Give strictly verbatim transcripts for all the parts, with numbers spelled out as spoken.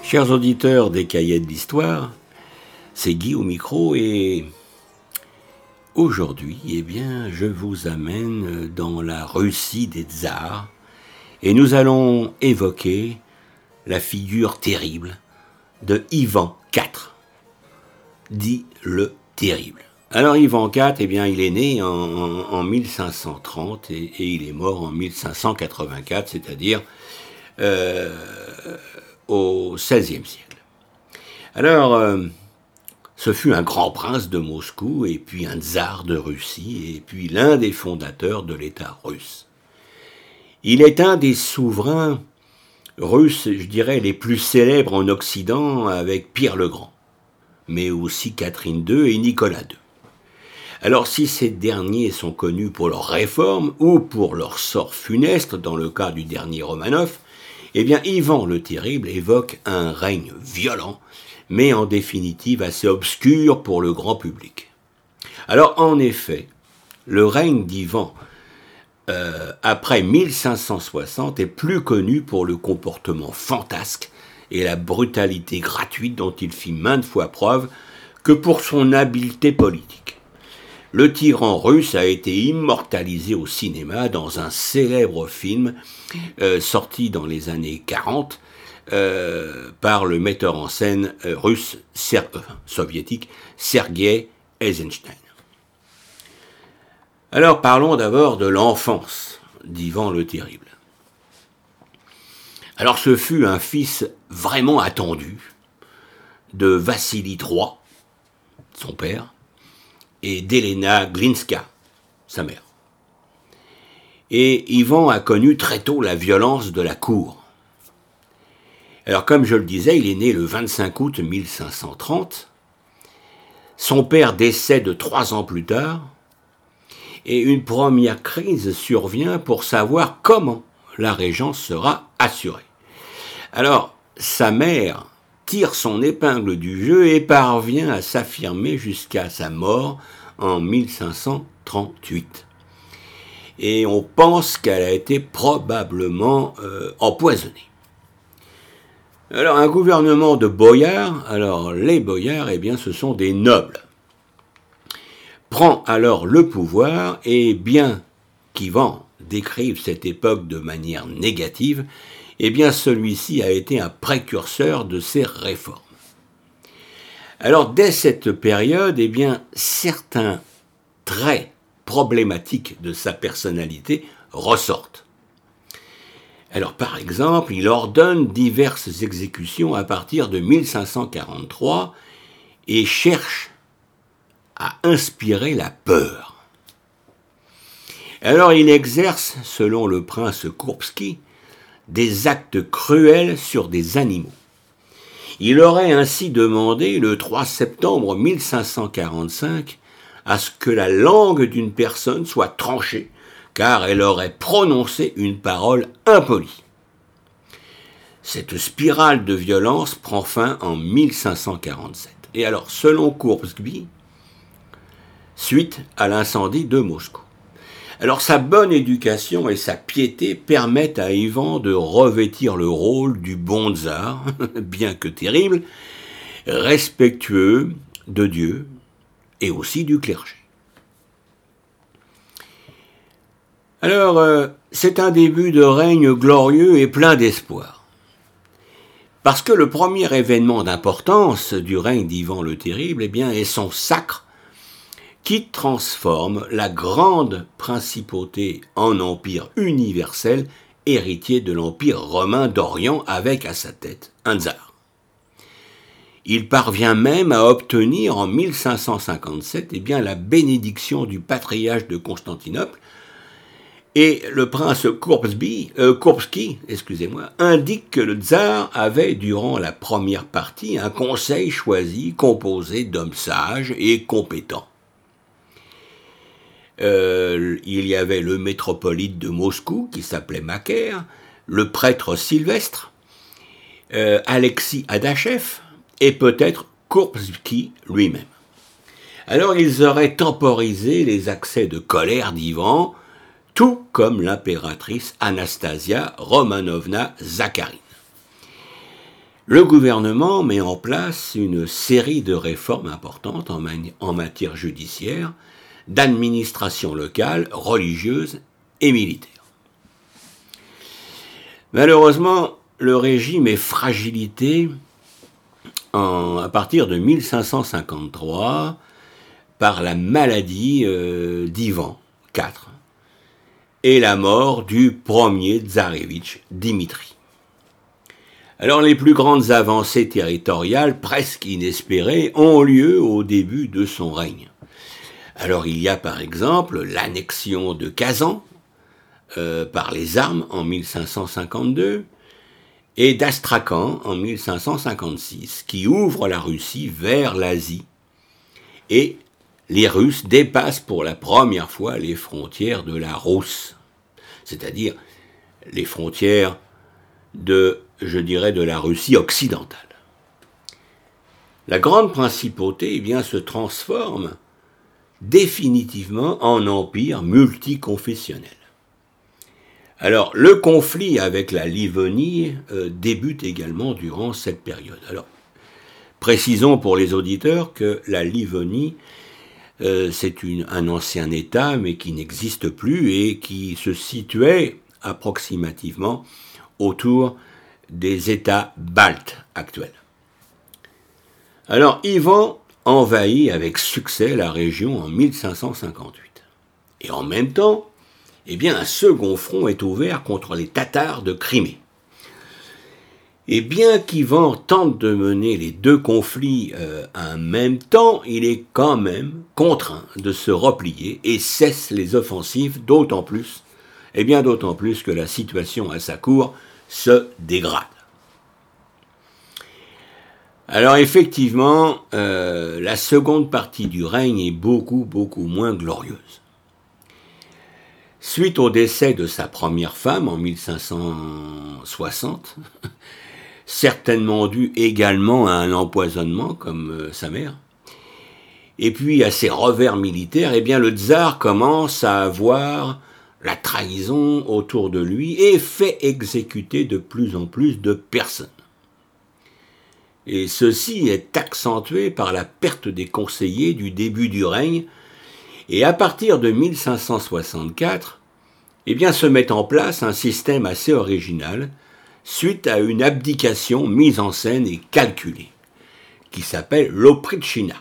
Chers auditeurs des Cahiers de l'Histoire, c'est Guy au micro et aujourd'hui, eh bien, je vous amène dans la Russie des tsars et nous allons évoquer la figure terrible de Ivan quatre, dit le Terrible. Alors Ivan quatre, eh bien, il est né en, en, en mille cinq cent trente et, et il est mort en mille cinq cent quatre-vingt-quatre, c'est-à-dire euh, au seizième siècle. Alors, euh, ce fut un grand prince de Moscou et puis un tsar de Russie et puis l'un des fondateurs de l'État russe. Il est un des souverains russes, je dirais, les plus célèbres en Occident avec Pierre le Grand, mais aussi Catherine deux et Nicolas deux. Alors si ces derniers sont connus pour leurs réformes ou pour leur sort funeste dans le cas du dernier Romanov, eh bien Ivan le Terrible évoque un règne violent, mais en définitive assez obscur pour le grand public. Alors en effet, le règne d'Ivan euh, après mille cinq cent soixante est plus connu pour le comportement fantasque et la brutalité gratuite dont il fit maintes fois preuve que pour son habileté politique. Le tyran russe a été immortalisé au cinéma dans un célèbre film euh, sorti dans les années quarante euh, par le metteur en scène euh, russe ser- euh, soviétique Sergueï Eisenstein. Alors parlons d'abord de l'enfance d'Ivan le Terrible. Alors ce fut un fils vraiment attendu de Vassili trois, son père, et d'Elena Glinska, sa mère. Et Ivan a connu très tôt la violence de la cour. Alors comme je le disais, il est né le vingt-cinq août mille cinq cent trente. Son père décède trois ans plus tard, et une première crise survient pour savoir comment la régence sera assurée. Alors, sa mère tire son épingle du jeu et parvient à s'affirmer jusqu'à sa mort en mille cinq cent trente-huit. Et on pense qu'elle a été probablement euh, empoisonnée. Alors, un gouvernement de boyards, alors les boyards, eh bien, ce sont des nobles, prend alors le pouvoir et bien qu'Ivan décrive cette époque de manière négative, eh bien celui-ci a été un précurseur de ces réformes. Alors dès cette période, eh bien certains traits problématiques de sa personnalité ressortent. Alors par exemple, il ordonne diverses exécutions à partir de mille cinq cent quarante-trois et cherche à inspirer la peur. Alors il exerce, selon le prince Kourbski, des actes cruels sur des animaux. Il aurait ainsi demandé, le trois septembre mille cinq cent quarante-cinq, à ce que la langue d'une personne soit tranchée, car elle aurait prononcé une parole impolie. Cette spirale de violence prend fin en mille cinq cent quarante-sept. Et alors, selon Kourbski, suite à l'incendie de Moscou. Alors sa bonne éducation et sa piété permettent à Ivan de revêtir le rôle du bon tsar, bien que terrible, respectueux de Dieu et aussi du clergé. Alors, euh, c'est un début de règne glorieux et plein d'espoir. Parce que le premier événement d'importance du règne d'Ivan le Terrible, eh bien, est son sacre qui transforme la grande principauté en empire universel, héritier de l'empire romain d'Orient avec à sa tête un tsar. Il parvient même à obtenir en mille cinq cent cinquante-sept eh bien, la bénédiction du patriarche de Constantinople, et le prince Kourbski, euh, Kourbski excusez-moi, indique que le tsar avait, durant la première partie, un conseil choisi composé d'hommes sages et compétents. Euh, il y avait le métropolite de Moscou, qui s'appelait Macaire, le prêtre Sylvestre, euh, Alexis Adachev, et peut-être Kourbski lui-même. Alors ils auraient temporisé les accès de colère d'Ivan, tout comme l'impératrice Anastasia Romanovna Zakharine. le gouvernement met en place une série de réformes importantes en, mani- en matière judiciaire, d'administration locale, religieuse et militaire. Malheureusement, le régime est fragilité en, à partir de mille cinq cent cinquante-trois par la maladie euh, d'Ivan quatre et la mort du premier tsarevitch Dimitri. Alors les plus grandes avancées territoriales, presque inespérées, ont lieu au début de son règne. Alors il y a par exemple l'annexion de Kazan euh, par les armes en mille cinq cent cinquante-deux et d'Astrakhan en mille cinq cent cinquante-six, qui ouvre la Russie vers l'Asie. Et les Russes dépassent pour la première fois les frontières de la Rousse, c'est-à-dire les frontières de, je dirais, de la Russie occidentale. La grande principauté, eh bien, se transforme définitivement en empire multiconfessionnel. Alors, le conflit avec la Livonie euh, débute également durant cette période. Alors, précisons pour les auditeurs que la Livonie, euh, c'est une, un ancien État, mais qui n'existe plus et qui se situait approximativement autour des États baltes actuels. Alors, Ivan envahit avec succès la région en mille cinq cent cinquante-huit. Et en même temps, eh bien, un second front est ouvert contre les Tatars de Crimée. Et bien qu'Ivan tente de mener les deux conflits euh, en même temps, il est quand même contraint de se replier et cesse les offensives, d'autant plus, et bien d'autant plus que la situation à sa cour se dégrade. Alors effectivement, euh, la seconde partie du règne est beaucoup, beaucoup moins glorieuse. Suite au décès de sa première femme en mille cinq cent soixante, certainement dû également à un empoisonnement comme euh, sa mère, et puis à ses revers militaires, eh bien le tsar commence à avoir la trahison autour de lui et fait exécuter de plus en plus de personnes. Et ceci est accentué par la perte des conseillers du début du règne, et à partir de mille cinq cent soixante-quatre, eh bien, se met en place un système assez original, suite à une abdication mise en scène et calculée, qui s'appelle l'Oprichnina.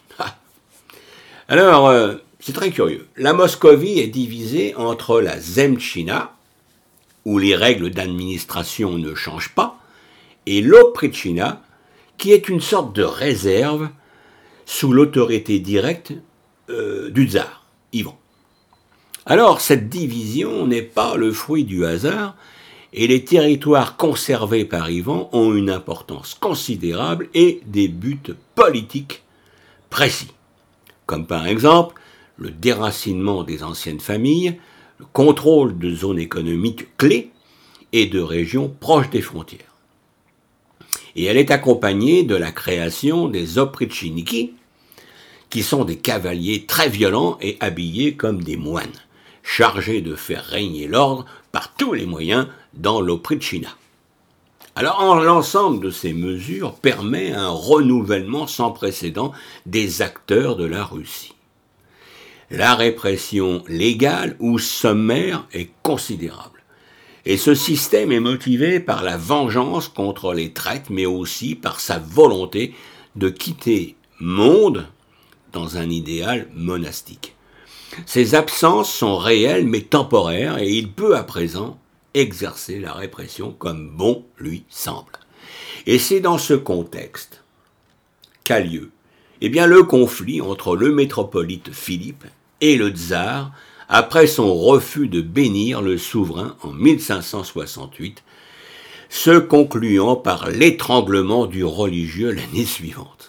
Alors, euh, c'est très curieux. La Moscovie est divisée entre la Zemtchina, où les règles d'administration ne changent pas, et l'Oprichnina, qui est une sorte de réserve sous l'autorité directe euh, du tsar, Ivan. Alors, cette division n'est pas le fruit du hasard, et les territoires conservés par Ivan ont une importance considérable et des buts politiques précis, comme par exemple le déracinement des anciennes familles, le contrôle de zones économiques clés et de régions proches des frontières. Et elle est accompagnée de la création des oprichniki, qui sont des cavaliers très violents et habillés comme des moines, chargés de faire régner l'ordre par tous les moyens dans l'Oprichnina. Alors, l'ensemble de ces mesures permet un renouvellement sans précédent des acteurs de la Russie. La répression légale ou sommaire est considérable. Et ce système est motivé par la vengeance contre les traites, mais aussi par sa volonté de quitter monde dans un idéal monastique. Ces absences sont réelles mais temporaires et il peut à présent exercer la répression comme bon lui semble. Et c'est dans ce contexte qu'a lieu eh bien, le conflit entre le métropolite Philippe et le tsar après son refus de bénir le souverain en mille cinq cent soixante-huit, se concluant par l'étranglement du religieux l'année suivante.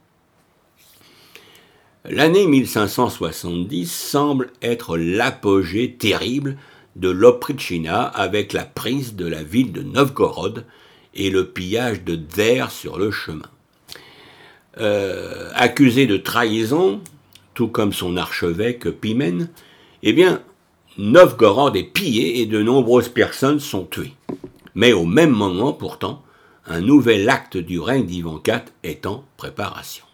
L'année mille cinq cent soixante-dix semble être l'apogée terrible de l'Oprichnina avec la prise de la ville de Novgorod et le pillage de Tver sur le chemin. Euh, accusé de trahison, tout comme son archevêque Pimen, eh bien, Novgorod est pillé et de nombreuses personnes sont tuées. Mais au même moment, pourtant, un nouvel acte du règne d'Ivan quatre est en préparation.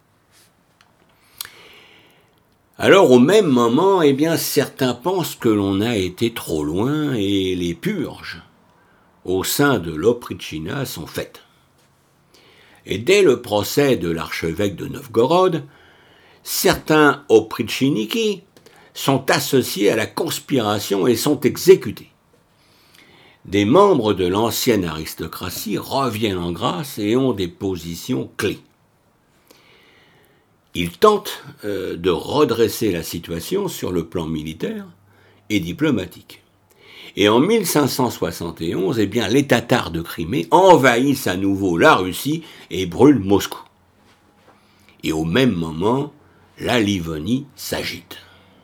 Alors au même moment, eh bien, certains pensent que l'on a été trop loin et les purges au sein de l'Oprichnina sont faites. Et dès le procès de l'archevêque de Novgorod, certains oprichniki sont associés à la conspiration et sont exécutés. Des membres de l'ancienne aristocratie reviennent en grâce et ont des positions clés. Ils tentent euh, de redresser la situation sur le plan militaire et diplomatique. Et en mille cinq cent soixante et onze, eh bien, les Tatars de Crimée envahissent à nouveau la Russie et brûlent Moscou. Et au même moment, la Livonie s'agite.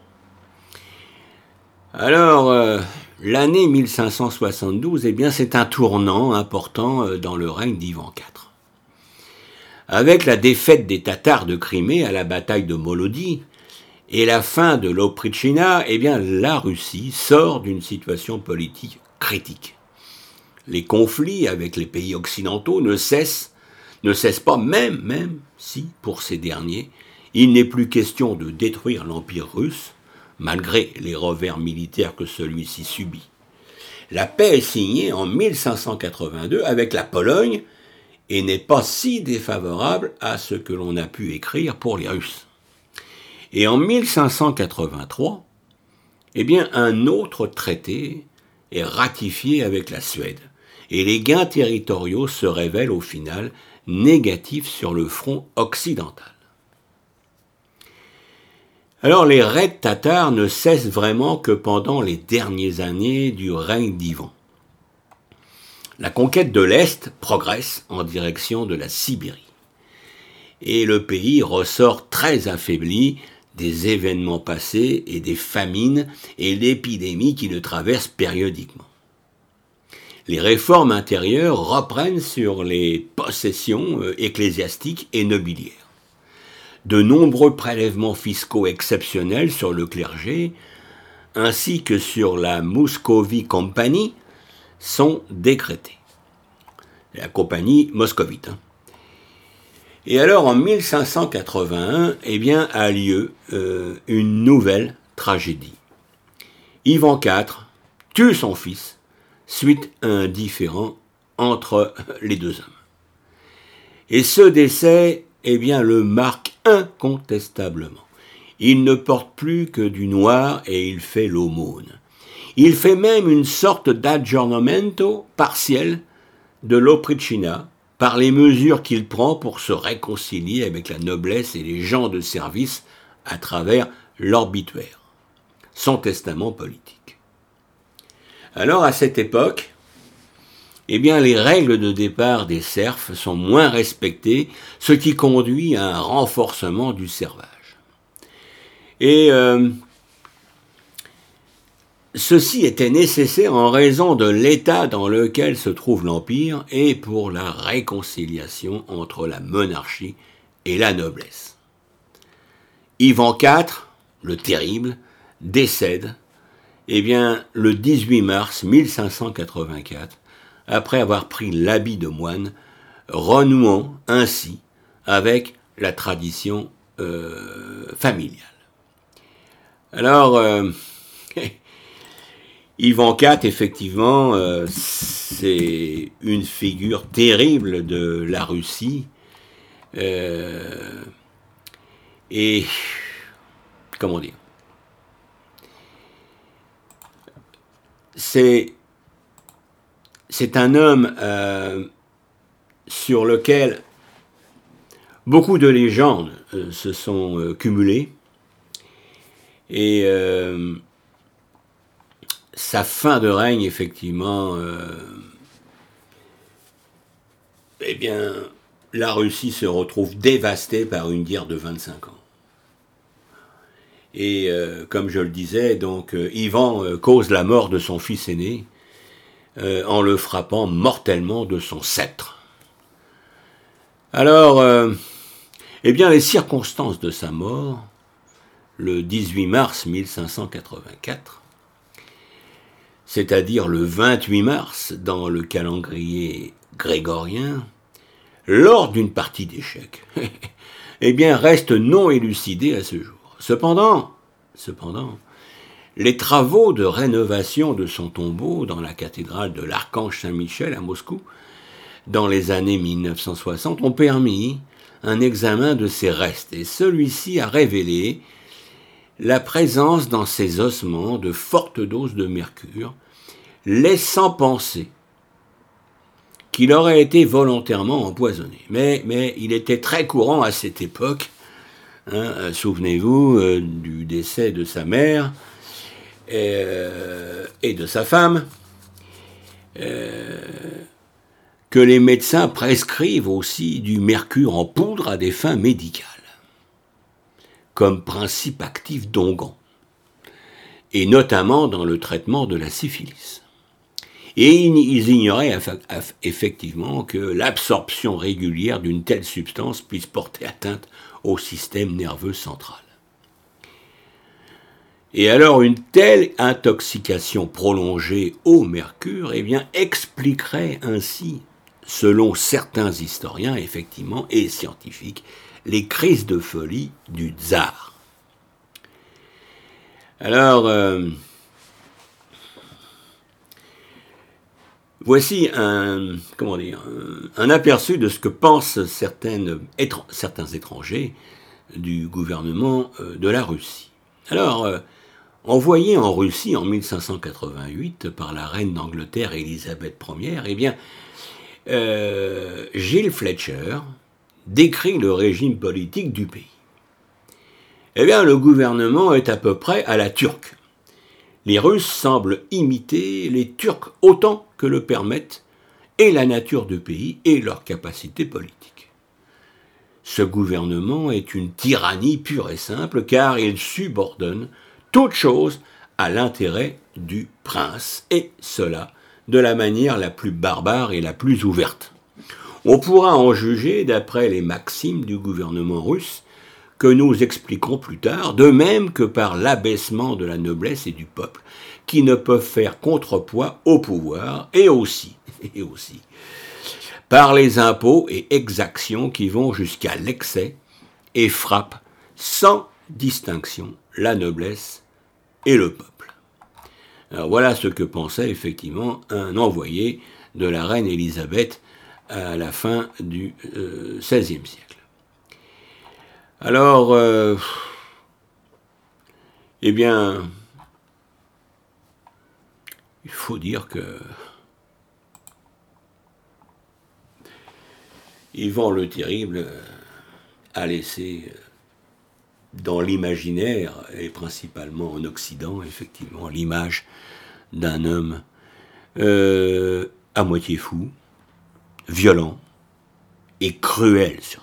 Alors, euh, l'année mille cinq cent soixante-douze, eh bien, c'est un tournant important euh, dans le règne d'Ivan quatre. Avec la défaite des Tatars de Crimée à la bataille de Molodie et la fin de l'Oprichnina, eh bien, la Russie sort d'une situation politique critique. Les conflits avec les pays occidentaux ne cessent, ne cessent pas, même, même si, pour ces derniers, il n'est plus question de détruire l'Empire russe, malgré les revers militaires que celui-ci subit. La paix est signée en mille cinq cent quatre-vingt-deux avec la Pologne et n'est pas si défavorable à ce que l'on a pu écrire pour les Russes. Et en mille cinq cent quatre-vingt-trois, eh bien, un autre traité est ratifié avec la Suède, et les gains territoriaux se révèlent au final négatifs sur le front occidental. Alors les raids tatars ne cessent vraiment que pendant les dernières années du règne d'Ivan. La conquête de l'Est progresse en direction de la Sibérie. Et le pays ressort très affaibli des événements passés et des famines et l'épidémie qui le traversent périodiquement. Les réformes intérieures reprennent sur les possessions ecclésiastiques et nobiliaires. De nombreux prélèvements fiscaux exceptionnels sur le clergé, ainsi que sur la Muscovy Company, sont décrétés. La compagnie moscovite. Hein. Et alors, en mille cinq cent quatre-vingt-un, eh bien, a lieu euh, une nouvelle tragédie. Ivan quatre tue son fils suite à un différend entre les deux hommes. Et ce décès, eh bien, le marque incontestablement. Il ne porte plus que du noir et il fait l'aumône. Il fait même une sorte d'aggiornamento partiel de l'Oprichnina par les mesures qu'il prend pour se réconcilier avec la noblesse et les gens de service à travers l'obituaire, son testament politique. Alors, à cette époque, eh bien, les règles de départ des serfs sont moins respectées, ce qui conduit à un renforcement du servage. Et euh, ceci était nécessaire en raison de l'état dans lequel se trouve l'Empire et pour la réconciliation entre la monarchie et la noblesse. Ivan quatre, le terrible, décède eh bien, le dix-huit mars mille cinq cent quatre-vingt-quatre, après avoir pris l'habit de moine, renouant ainsi avec la tradition euh, familiale. Alors, euh, Ivan quatre, effectivement, euh, c'est une figure terrible de la Russie. Euh, et, comment dire, c'est, c'est un homme euh, sur lequel beaucoup de légendes euh, se sont euh, cumulées. Et euh, sa fin de règne, effectivement, euh, eh bien, la Russie se retrouve dévastée par une guerre de vingt-cinq ans. Et euh, comme je le disais, donc euh, Ivan euh, cause la mort de son fils aîné euh, en le frappant mortellement de son sceptre. Alors, euh, eh bien, les circonstances de sa mort, le dix-huit mars mille cinq cent quatre-vingt-quatre, c'est-à-dire le vingt-huit mars dans le calendrier grégorien, lors d'une partie d'échecs, eh bien, reste non élucidé à ce jour. Cependant, cependant, les travaux de rénovation de son tombeau dans la cathédrale de l'Archange Saint-Michel à Moscou, dans les années mille neuf cent soixante, ont permis un examen de ses restes, et celui-ci a révélé la présence dans ses ossements de fortes doses de mercure, laissant penser qu'il aurait été volontairement empoisonné. Mais, mais il était très courant à cette époque, hein, souvenez-vous euh, du décès de sa mère et, euh, et de sa femme, euh, que les médecins prescrivent aussi du mercure en poudre à des fins médicales, comme principe actif d'onguent, et notamment dans le traitement de la syphilis. Et ils ignoraient effectivement que l'absorption régulière d'une telle substance puisse porter atteinte au système nerveux central. Et alors une telle intoxication prolongée au mercure, eh bien, expliquerait ainsi, selon certains historiens effectivement et scientifiques, les crises de folie du tsar. Alors, euh, voici un, comment dire, un, un aperçu de ce que pensent certaines, étr- certains étrangers du gouvernement euh, de la Russie. Alors, euh, envoyé en Russie en mille cinq cent quatre-vingt-huit par la reine d'Angleterre Élisabeth Première, eh bien, euh, Gilles Fletcher décrit le régime politique du pays. Eh bien, le gouvernement est à peu près à la turque. Les Russes semblent imiter les Turcs autant que le permettent et la nature du pays et leur capacité politique. Ce gouvernement est une tyrannie pure et simple car il subordonne toute chose à l'intérêt du prince, et cela de la manière la plus barbare et la plus ouverte. On pourra en juger d'après les maximes du gouvernement russe que nous expliquerons plus tard, de même que par l'abaissement de la noblesse et du peuple, qui ne peuvent faire contrepoids au pouvoir, et aussi, et aussi, par les impôts et exactions qui vont jusqu'à l'excès et frappent sans distinction la noblesse et le peuple. Alors voilà ce que pensait effectivement un envoyé de la reine Élisabeth à la fin du euh, seizième siècle. Alors, euh, eh bien, il faut dire que Ivan le Terrible a laissé dans l'imaginaire, et principalement en Occident, effectivement, l'image d'un homme euh, à moitié fou, violent et cruel surtout.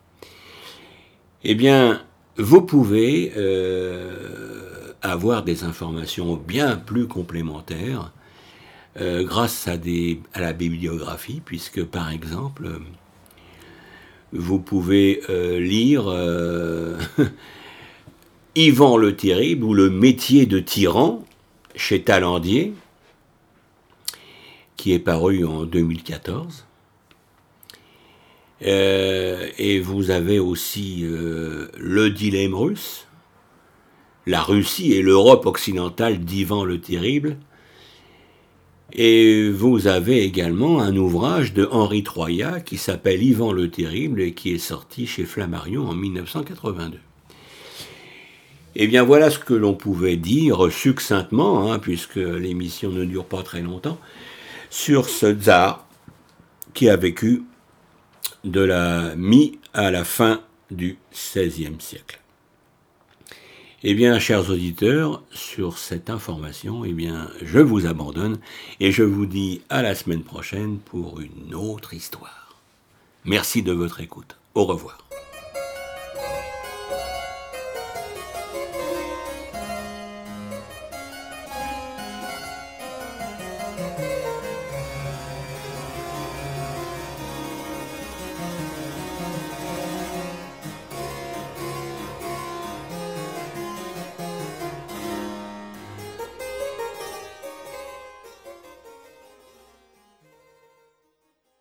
Eh bien, vous pouvez euh, avoir des informations bien plus complémentaires euh, grâce à, des, à la bibliographie, puisque par exemple, vous pouvez euh, lire euh, Ivan le Terrible ou Le métier de tyran chez Talandier, qui est paru en deux mille quatorze. Euh, et vous avez aussi euh, Le dilemme russe, La Russie et l'Europe occidentale d'Ivan le Terrible. Et vous avez également un ouvrage de Henri Troyat qui s'appelle Ivan le Terrible et qui est sorti chez Flammarion en mille neuf cent quatre-vingt-deux. Eh bien voilà ce que l'on pouvait dire succinctement, hein, puisque l'émission ne dure pas très longtemps, sur ce tsar qui a vécu de la mi à la fin du seizième siècle. Eh bien, chers auditeurs, sur cette information, eh bien, je vous abandonne et je vous dis à la semaine prochaine pour une autre histoire. Merci de votre écoute. Au revoir.